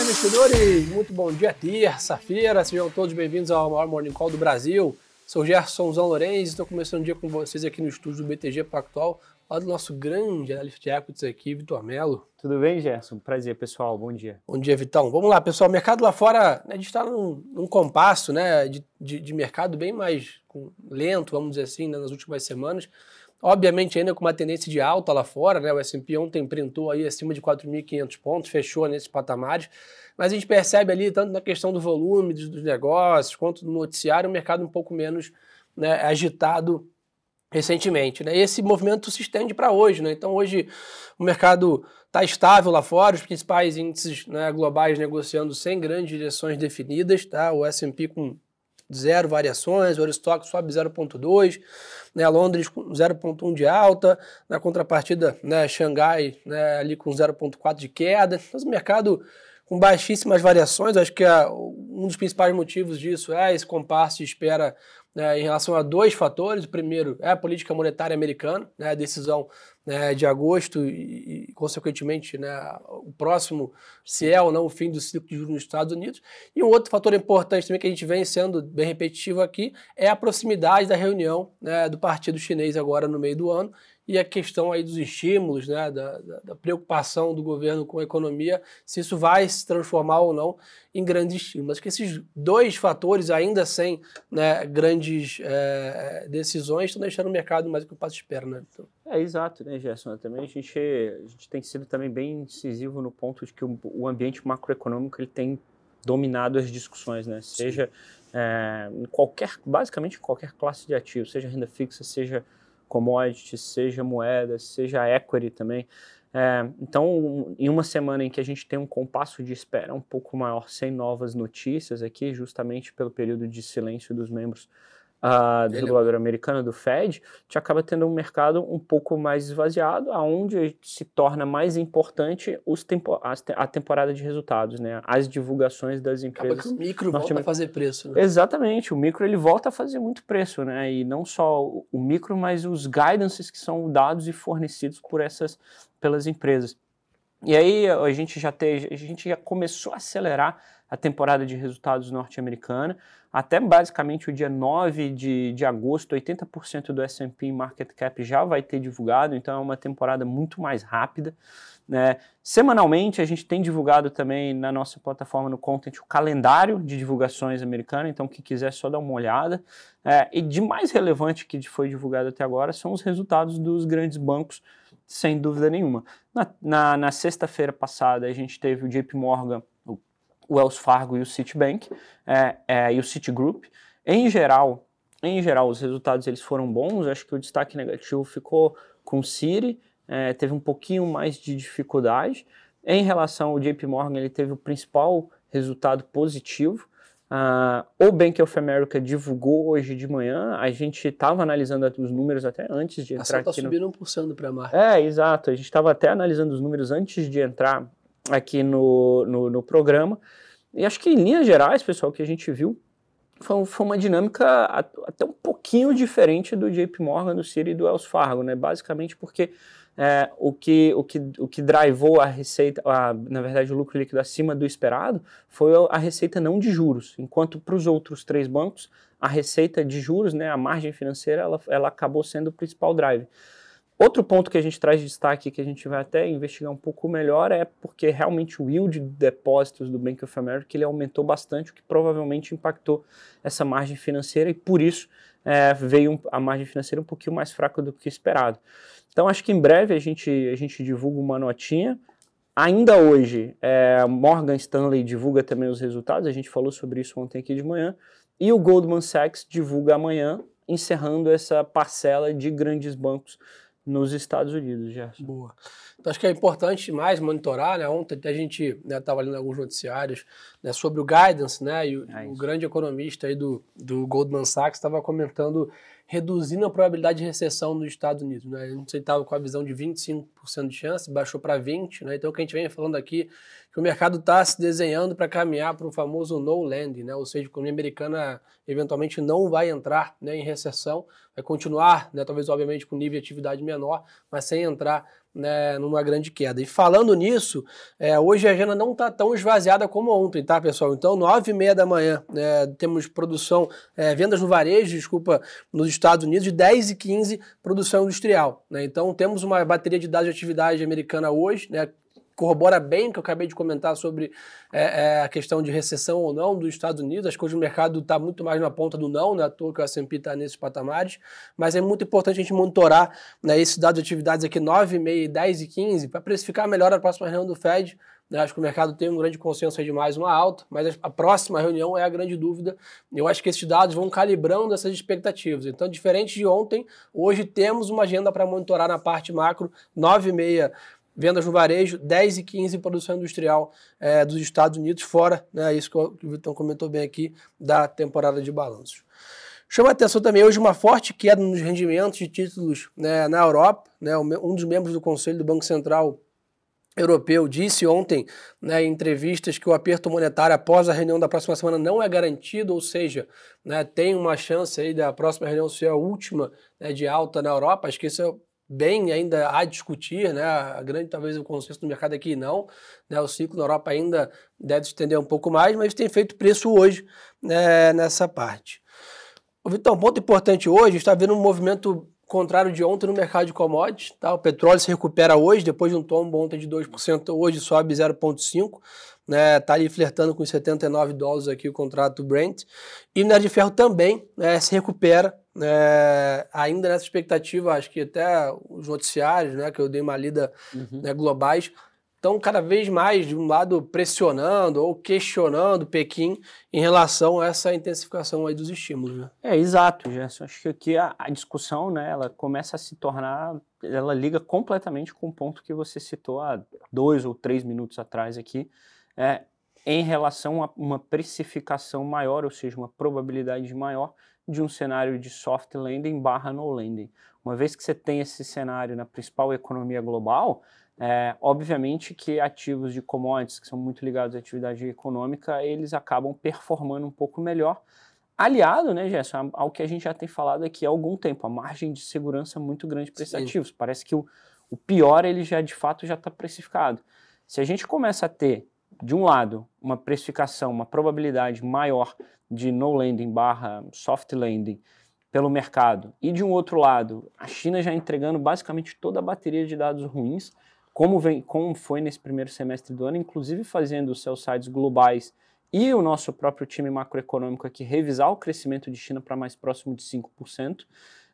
investidores, muito bom dia, terça-feira, sejam todos bem-vindos ao maior Morning Call do Brasil. Sou Gerson Lourenço, estou começando o dia com vocês aqui no estúdio do BTG Pactual, lá do nosso grande analista de equities aqui, Vitor Mello. Tudo bem, Gerson? Prazer, pessoal, bom dia. Bom dia, Vitão. Vamos lá, pessoal, o mercado lá fora, né, a gente está num compasso, né, de mercado bem mais lento, vamos dizer assim, né, nas últimas semanas. Obviamente ainda com uma tendência de alta lá fora, né? O S&P ontem printou aí acima de 4.500 pontos, fechou nesses patamares, mas a gente percebe ali, tanto na questão do volume dos negócios, quanto no noticiário, o mercado um pouco menos, né, agitado recentemente, né? E esse movimento se estende para hoje, né? Então hoje o mercado está estável lá fora, os principais índices, né, globais negociando sem grandes direções definidas, tá? O S&P com 0 variações, o Eurostock sobe 0,2, né, Londres com 0,1 de alta, na contrapartida, né, Xangai, né, ali com 0,4 de queda, mas o mercado com baixíssimas variações. Acho que um dos principais motivos disso é esse compasso de espera, né, em relação a dois fatores. O primeiro é a política monetária americana, né, a decisão, né, de agosto e consequentemente, né, o próximo, se é ou não o fim do ciclo de juros nos Estados Unidos. E um outro fator importante também que a gente vem sendo bem repetitivo aqui é a proximidade da reunião, né, do Partido Chinês agora no meio do ano, e a questão aí dos estímulos, né, da preocupação do governo com a economia, se isso vai se transformar ou não em grandes estímulos. Acho que esses dois fatores, ainda sem, né, grandes decisões, estão deixando o mercado mais ocupado de espera, né? Então... Exato, né, Gerson? Também a gente tem sido também bem incisivo no ponto de que o ambiente macroeconômico ele tem dominado as discussões, né? Seja basicamente em qualquer classe de ativo, seja renda fixa, seja commodities, seja moedas, seja equity também. Então, em uma semana em que a gente tem um compasso de espera um pouco maior, sem novas notícias aqui, justamente pelo período de silêncio dos membros do regulador americano, do Fed, a gente acaba tendo um mercado um pouco mais esvaziado, onde se torna mais importante a temporada de resultados, né? As divulgações das empresas. Acaba que o micro volta a fazer preço, né? Exatamente, o micro ele volta a fazer muito preço, né? E não só o micro, mas os guidances que são dados e fornecidos pelas empresas. E aí a gente já começou a acelerar a temporada de resultados norte-americana. Até basicamente o dia 9 de agosto, 80% do S&P Market Cap já vai ter divulgado, então é uma temporada muito mais rápida, né? Semanalmente a gente tem divulgado também na nossa plataforma no Content o calendário de divulgações americana, então quem quiser só dar uma olhada. E de mais relevante que foi divulgado até agora são os resultados dos grandes bancos, sem dúvida nenhuma. Na sexta-feira passada a gente teve o JP Morgan, o Wells Fargo e o Citibank e o Citigroup. Em geral, os resultados eles foram bons. Acho que o destaque negativo ficou com o Citi, teve um pouquinho mais de dificuldade. Em relação ao JP Morgan, ele teve o principal resultado positivo. O Bank of America divulgou hoje de manhã. A gente estava analisando os números até antes de entrar aqui. Está subindo 1% do pré-market. Exato. A gente estava até analisando os números antes de entrar aqui no programa. E acho que em linhas gerais, pessoal, o que a gente viu foi uma dinâmica até um pouquinho diferente do JP Morgan, do Citi e do Wells Fargo, né? Basicamente porque o que drivou a receita, na verdade o lucro líquido acima do esperado, foi a receita não de juros, enquanto para os outros três bancos, a receita de juros, né, a margem financeira, ela acabou sendo o principal drive. Outro ponto que a gente traz de destaque, que a gente vai até investigar um pouco melhor, é porque realmente o yield de depósitos do Bank of America ele aumentou bastante, o que provavelmente impactou essa margem financeira e por isso veio a margem financeira um pouquinho mais fraca do que esperado. Então acho que em breve a gente divulga uma notinha. Ainda hoje, Morgan Stanley divulga também os resultados, a gente falou sobre isso ontem aqui de manhã, e o Goldman Sachs divulga amanhã, encerrando essa parcela de grandes bancos nos Estados Unidos, Gerson. Boa. Então acho que é importante mais monitorar, né? Ontem a gente estava lendo alguns noticiários, né, sobre o guidance, né? E o grande economista aí do Goldman Sachs estava comentando reduzindo a probabilidade de recessão nos Estados Unidos, né? A gente estava com a visão de 25% de chance, baixou para 20%, né? Então o que a gente vem falando aqui que o mercado está se desenhando para caminhar para o famoso no landing, né? Ou seja, a economia americana eventualmente não vai entrar, né, em recessão, vai continuar, né, talvez obviamente com nível de atividade menor, mas sem entrar, né, numa grande queda. E falando nisso, hoje a agenda não está tão esvaziada como ontem, tá, pessoal? Então, 9h30 da manhã, temos produção, vendas no varejo, desculpa, nos Estados Unidos, de 10h15, produção industrial, né? Então, temos uma bateria de dados de atividade americana hoje, né? Corrobora bem o que eu acabei de comentar sobre a questão de recessão ou não dos Estados Unidos. Acho que hoje o mercado está muito mais na ponta do não, né? À toa que o S&P está nesses patamares, mas é muito importante a gente monitorar, né, esses dados de atividades aqui 9h30 e 10h15 para precificar melhor a próxima reunião do Fed. Acho que o mercado tem um grande consenso aí de mais uma alta, mas a próxima reunião é a grande dúvida. Eu acho que esses dados vão calibrando essas expectativas. Então, diferente de ontem, hoje temos uma agenda para monitorar na parte macro, 9h30 vendas no varejo, 10h15 produção industrial dos Estados Unidos, fora, né, isso que o Vitão comentou bem aqui, da temporada de balanços. Chama a atenção também hoje uma forte queda nos rendimentos de títulos, né, na Europa, né, um dos membros do Conselho do Banco Central Europeu disse ontem, né, em entrevistas, que o aperto monetário após a reunião da próxima semana não é garantido, ou seja, né, tem uma chance aí da próxima reunião ser a última, né, de alta na Europa. Acho que isso é bem ainda a discutir, né? A grande, talvez, o consenso do mercado aqui não, né? O ciclo na Europa ainda deve se estender um pouco mais, mas tem feito preço hoje, né, nessa parte. Vitão, ponto importante hoje, está vendo um movimento contrário de ontem no mercado de commodities, tá? O petróleo se recupera hoje, depois de um tombo ontem de 2%, hoje sobe 0,5%, né? Tá ali flertando com $79 aqui o contrato Brent. E o minério de ferro também, né, se recupera, ainda nessa expectativa, acho que até os noticiários, né, que eu dei uma lida, né, globais, estão cada vez mais, de um lado, pressionando ou questionando Pequim em relação a essa intensificação aí dos estímulos, né? Exato, Gerson. Acho que aqui a discussão, né, ela começa a se tornar, ela liga completamente com o ponto que você citou há 2 ou 3 minutos atrás aqui, em relação a uma precificação maior, ou seja, uma probabilidade maior de um cenário de soft landing / no landing. Uma vez que você tem esse cenário na principal economia global, obviamente que ativos de commodities, que são muito ligados à atividade econômica, eles acabam performando um pouco melhor, aliado, né, Gerson, ao que a gente já tem falado aqui há algum tempo, a margem de segurança muito grande para esses ativos. Parece que o pior, ele já de fato já está precificado. Se a gente começa a ter, de um lado, uma precificação, uma probabilidade maior de no landing / soft landing pelo mercado, e de um outro lado, a China já entregando basicamente toda a bateria de dados ruins, como foi nesse primeiro semestre do ano, inclusive fazendo os sell sides globais e o nosso próprio time macroeconômico aqui revisar o crescimento de China para mais próximo de 5%.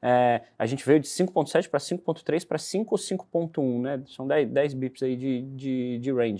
A gente veio de 5,7 para 5,3 para 5 ou 5,1, né? São 10 bips aí de range.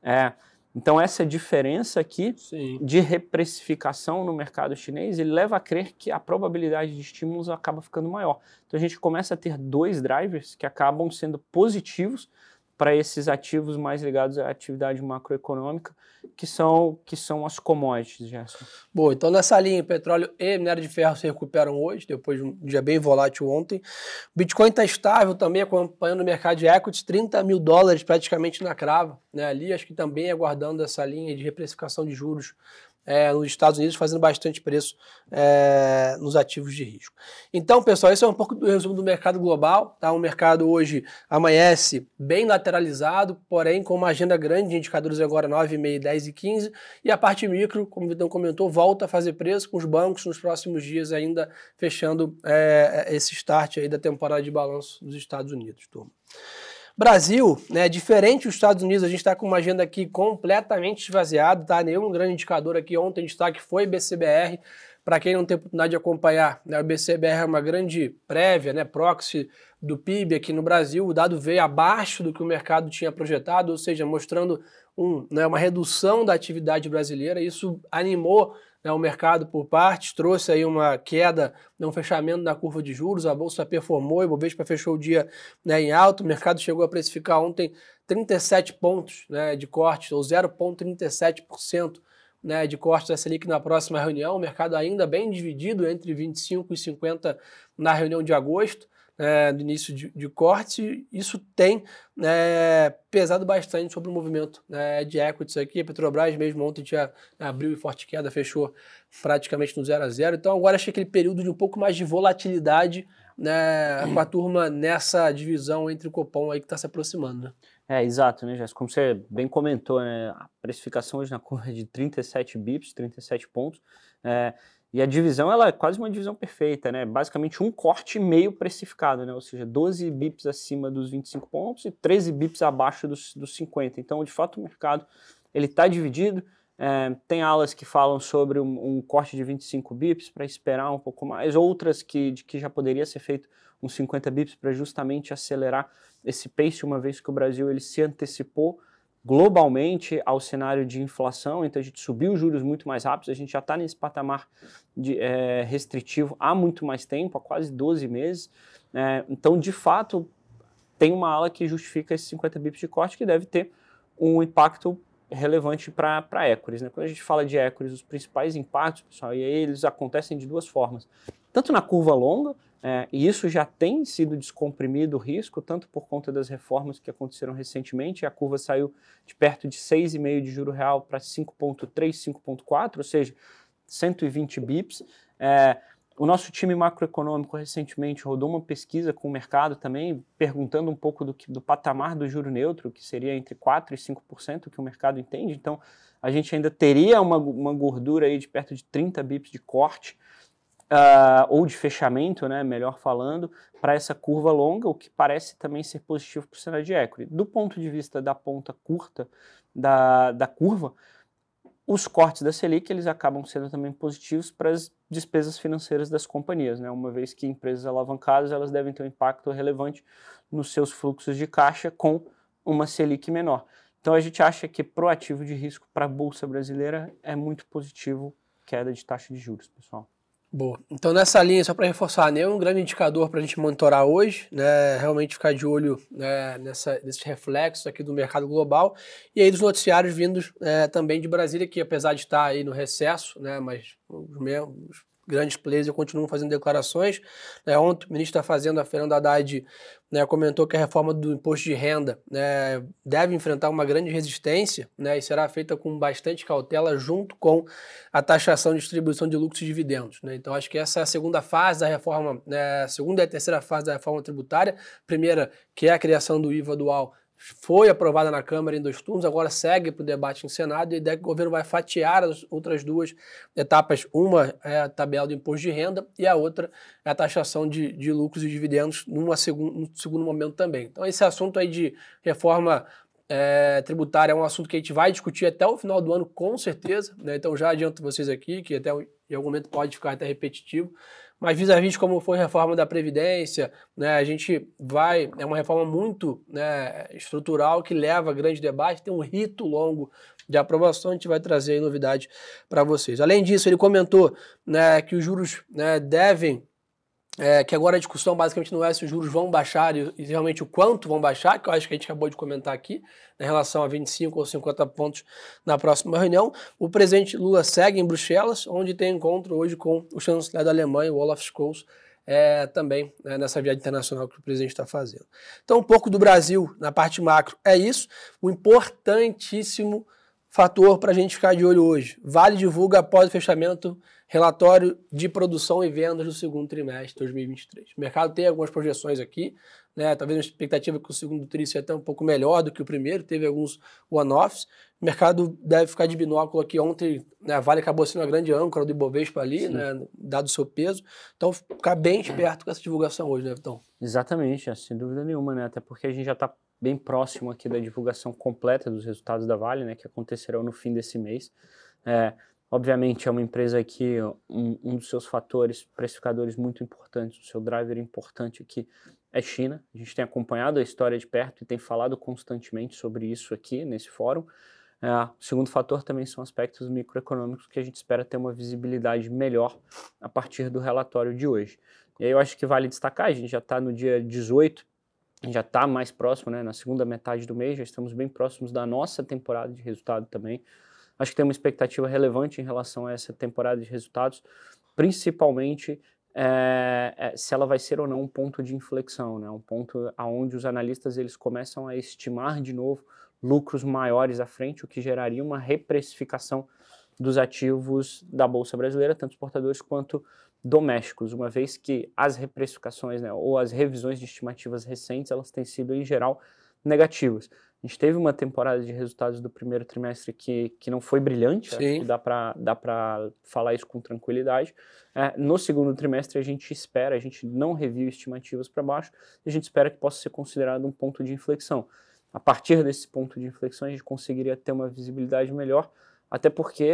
Então essa diferença aqui, sim, de reprecificação no mercado chinês, ele leva a crer que a probabilidade de estímulos acaba ficando maior. Então a gente começa a ter 2 drivers que acabam sendo positivos para esses ativos mais ligados à atividade macroeconômica, que são as commodities, Gerson. Bom, então nessa linha, petróleo e minério de ferro se recuperam hoje, depois de um dia bem volátil ontem. O Bitcoin está estável também, acompanhando o mercado de equities, $30 mil praticamente na crava, né? Ali acho que também aguardando essa linha de reprecificação de juros nos Estados Unidos, fazendo bastante preço nos ativos de risco. Então, pessoal, esse é um pouco do resumo do mercado global, tá? O mercado hoje amanhece bem lateralizado, porém com uma agenda grande de indicadores agora 9h30, 10h15, e a parte micro, como o Vitão comentou, volta a fazer preço com os bancos nos próximos dias ainda fechando esse start aí da temporada de balanço dos Estados Unidos, turma. Brasil, né, diferente dos Estados Unidos, a gente está com uma agenda aqui completamente esvaziada, tá? Nenhum grande indicador aqui. Ontem o destaque foi BCBR. Para quem não tem oportunidade de acompanhar, né, o BCBR é uma grande prévia, né, proxy do PIB aqui no Brasil. O dado veio abaixo do que o mercado tinha projetado, ou seja, mostrando uma redução da atividade brasileira. Isso animou, né, o mercado por partes, trouxe aí uma queda, um fechamento na curva de juros, a Bolsa performou, e o Bovespa fechou o dia, né, em alta. O mercado chegou a precificar ontem 37 pontos, né, de corte, ou 0,37%. Né, de corte da Selic na próxima reunião, o mercado ainda bem dividido entre 25 e 50 na reunião de agosto, do início de corte. Isso tem pesado bastante sobre o movimento de equities aqui. A Petrobras mesmo ontem abriu em forte queda, fechou praticamente no 0 a 0. Então agora achei aquele período de um pouco mais de volatilidade né, com a turma nessa divisão entre o Copom aí que está se aproximando, né? Exato, né, Jéssica? Como você bem comentou, né, a precificação hoje na curva é de 37 bips, 37 pontos, e a divisão ela é quase uma divisão perfeita, né? Basicamente um corte meio precificado, né? Ou seja, 12 bips acima dos 25 pontos e 13 bips abaixo dos 50. Então, de fato, o mercado ele está dividido. Tem alas que falam sobre um corte de 25 bips para esperar um pouco mais, outras que já poderia ser feito uns 50 bips para justamente acelerar esse pace, uma vez que o Brasil ele se antecipou globalmente ao cenário de inflação, então a gente subiu os juros muito mais rápido, a gente já está nesse patamar restritivo há muito mais tempo, há quase 12 meses, então de fato tem uma ala que justifica esses 50 bips de corte que deve ter um impacto relevante para equities, né? Quando a gente fala de equities, os principais impactos, pessoal, e aí eles acontecem de duas formas, tanto na curva longa, e isso já tem sido descomprimido o risco, tanto por conta das reformas que aconteceram recentemente, a curva saiu de perto de 6,5 de juro real para 5,3, 5,4, ou seja, 120 bips. O nosso time macroeconômico recentemente rodou uma pesquisa com o mercado também, perguntando um pouco do patamar do juro neutro, que seria entre 4% e 5% que o mercado entende. Então, a gente ainda teria uma gordura aí de perto de 30 bips de corte, ou de fechamento, né, melhor falando, para essa curva longa, o que parece também ser positivo para o cenário de equity. Do ponto de vista da ponta curta da curva, os cortes da Selic eles acabam sendo também positivos para as despesas financeiras das companhias, né? Uma vez que empresas alavancadas elas devem ter um impacto relevante nos seus fluxos de caixa com uma Selic menor. Então a gente acha que pro ativo de risco para a Bolsa Brasileira é muito positivo queda de taxa de juros, pessoal. Boa. Então, nessa linha, só para reforçar, nenhum grande indicador para a gente monitorar hoje, né? Realmente ficar de olho, né, nesses reflexos aqui do mercado global e aí dos noticiários vindos também de Brasília, que apesar de estar aí no recesso, né, mas os grandes players continuam fazendo declarações. Ontem o ministro da Fazenda, Fernando Haddad, né, comentou que a reforma do imposto de renda, né, deve enfrentar uma grande resistência, né, e será feita com bastante cautela junto com a taxação de distribuição de lucros e dividendos, né? Então acho que essa é a segunda fase da reforma, né, a segunda e a terceira fase da reforma tributária. Primeira, que é a criação do IVA dual, foi aprovada na Câmara em 2 turnos, agora segue para o debate em Senado e a ideia é que o governo vai fatiar as outras 2 etapas. Uma é a tabela do imposto de renda e a outra é a taxação de lucros e dividendos num segundo momento também. Então esse assunto aí de reforma tributária é um assunto que a gente vai discutir até o final do ano, com certeza, né? Então já adianto vocês aqui, que até em algum momento pode ficar até repetitivo, mas vis-à-vis como foi a reforma da Previdência, né, a gente é uma reforma muito, né, estrutural, que leva a grande debate, tem um rito longo de aprovação, a gente vai trazer aí novidade para vocês. Além disso, ele comentou, né, que os juros, né, devem que agora a discussão basicamente não é se os juros vão baixar e realmente o quanto vão baixar, que eu acho que a gente acabou de comentar aqui, em relação a 25 ou 50 pontos na próxima reunião. O presidente Lula segue em Bruxelas, onde tem encontro hoje com o chanceler da Alemanha, o Olaf Scholz, também nessa viagem internacional que o presidente está fazendo. Então, um pouco do Brasil na parte macro é isso. O importantíssimo fator para a gente ficar de olho hoje. Vale divulga após o fechamento relatório de produção e vendas do segundo trimestre de 2023. O mercado tem algumas projeções aqui, né? Talvez uma expectativa que o segundo trimestre seja até um pouco melhor do que o primeiro, teve alguns one-offs. O mercado deve ficar de binóculo aqui ontem, né? A Vale acabou sendo uma grande âncora do Ibovespa ali, né? Dado o seu peso. Então, ficar bem esperto com essa divulgação hoje, né, Vitão? Exatamente, sem dúvida nenhuma, né? Até porque a gente já está bem próximo aqui da divulgação completa dos resultados da Vale, né? Que acontecerão no fim desse mês. Obviamente é uma empresa que um dos seus fatores precificadores muito importantes, o seu driver importante aqui é China. A gente tem acompanhado a história de perto e tem falado constantemente sobre isso aqui nesse fórum. O segundo fator também são aspectos microeconômicos que a gente espera ter uma visibilidade melhor a partir do relatório de hoje. E aí eu acho que vale destacar, a gente já está no dia 18, a gente já está mais próximo, né, na segunda metade do mês, já estamos bem próximos da nossa temporada de resultado também. Acho que tem uma expectativa relevante em relação a essa temporada de resultados, principalmente se ela vai ser ou não um ponto de inflexão, né? Um ponto onde os analistas eles começam a estimar de novo lucros maiores à frente, o que geraria uma reprecificação dos ativos da Bolsa Brasileira, tanto exportadores quanto domésticos, uma vez que as reprecificações, né, ou as revisões de estimativas recentes, elas têm sido, em geral, negativas. A gente teve uma temporada de resultados do primeiro trimestre que não foi brilhante, acho que dá para falar isso com tranquilidade. No segundo trimestre a gente não reviu estimativas para baixo, e a gente espera que possa ser considerado um ponto de inflexão. A partir desse ponto de inflexão a gente conseguiria ter uma visibilidade melhor, até porque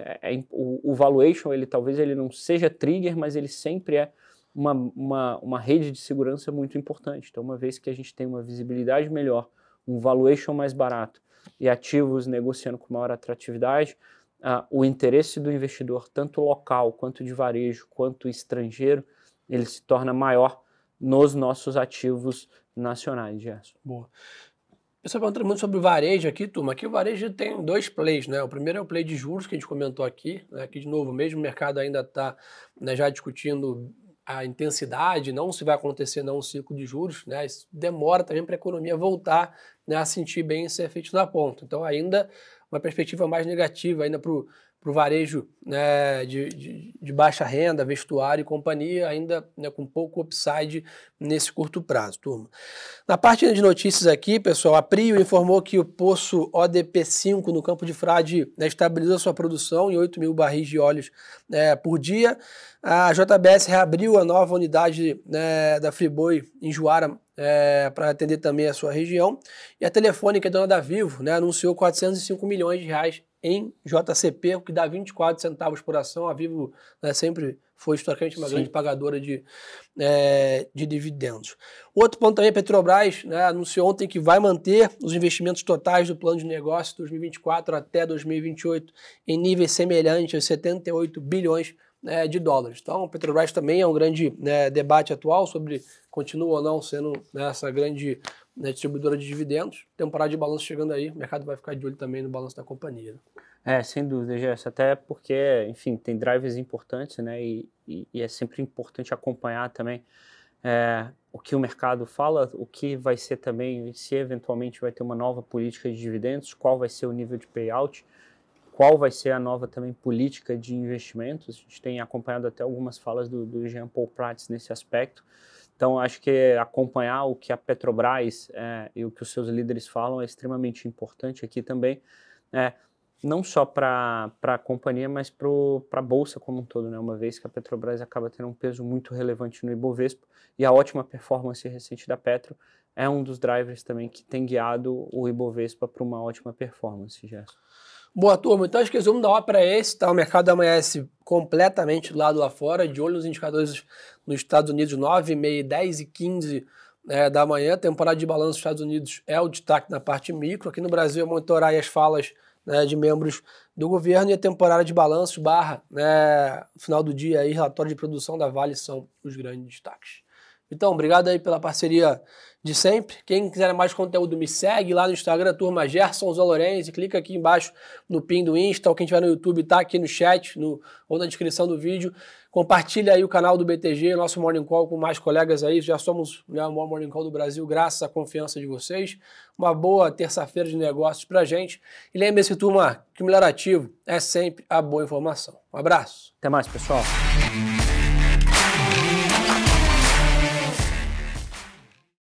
o valuation, talvez ele não seja trigger, mas ele sempre é uma rede de segurança muito importante. Então, uma vez que a gente tem uma visibilidade melhor, um valuation mais barato e ativos negociando com maior atratividade, o interesse do investidor, tanto local, quanto de varejo, quanto estrangeiro, ele se torna maior nos nossos ativos nacionais, Gerson. Boa. O pessoal perguntando muito sobre o varejo aqui, turma. Aqui o varejo tem dois plays, né? O primeiro é o play de juros, que a gente comentou aqui. Né? Aqui, de novo, mesmo o mercado ainda está, né, já discutindo a intensidade, não se vai acontecer não um ciclo de juros, né? Isso demora também para a economia voltar, né, a sentir bem esse efeito na ponta. Então, ainda uma perspectiva mais negativa ainda para o varejo, né, de baixa renda, vestuário e companhia, ainda, né, com pouco upside nesse curto prazo, turma. Na parte de notícias aqui, pessoal, a Prio informou que o poço ODP5 no Campo de Frade, né, estabiliza sua produção em 8 mil barris de óleos por dia. A JBS reabriu a nova unidade, né, da Friboi em Juara, para atender também a sua região. E a Telefônica, dona da Vivo, né, anunciou 405 milhões de reais em JCP, o que dá 24 centavos por ação. A Vivo, né, sempre foi historicamente uma grande pagadora de dividendos. Outro ponto também, a Petrobras, né, anunciou ontem que vai manter os investimentos totais do plano de negócio 2024 até 2028 em níveis semelhantes aos 78 bilhões de dólares. Então, a Petrobras também é um grande, né, debate atual sobre continua ou não sendo, né, essa grande, né, distribuidora de dividendos. Temporada de balanço chegando aí, o mercado vai ficar de olho também no balanço da companhia. Sem dúvida, Gerson, até porque, enfim, tem drivers importantes, né, e é sempre importante acompanhar também o que o mercado fala, o que vai ser também, se eventualmente vai ter uma nova política de dividendos, qual vai ser o nível de payout, qual vai ser a nova também política de investimentos. A gente tem acompanhado até algumas falas do Jean Paul Prats nesse aspecto. Então, acho que acompanhar o que a Petrobras e o que os seus líderes falam é extremamente importante aqui também, não só para a companhia, mas para a Bolsa como um todo, né? Uma vez que a Petrobras acaba tendo um peso muito relevante no Ibovespa, e a ótima performance recente da Petro é um dos drivers também que tem guiado o Ibovespa para uma ótima performance, Gerson. Boa, turma. Então, acho que o resumo da ópera é esse, tá? O mercado amanhece completamente do lado lá fora, de olho nos indicadores nos Estados Unidos, 9h30, 10h15 da manhã. Temporada de balanço dos Estados Unidos é o destaque na parte micro. Aqui no Brasil é monitorar aí as falas, né, de membros do governo, e a temporada de balanços no final do dia aí, relatório de produção da Vale são os grandes destaques. Então, obrigado aí pela parceria de sempre. Quem quiser mais conteúdo, me segue lá no Instagram, turma Gerson Zalorenzi, clica aqui embaixo no pin do Insta, ou quem estiver no YouTube tá aqui no chat ou na descrição do vídeo. Compartilha aí o canal do BTG, nosso Morning Call com mais colegas aí, já somos, né, o maior Morning Call do Brasil, graças à confiança de vocês. Uma boa terça-feira de negócios pra gente. E lembre-se, turma, que o melhor ativo é sempre a boa informação. Um abraço. Até mais, pessoal.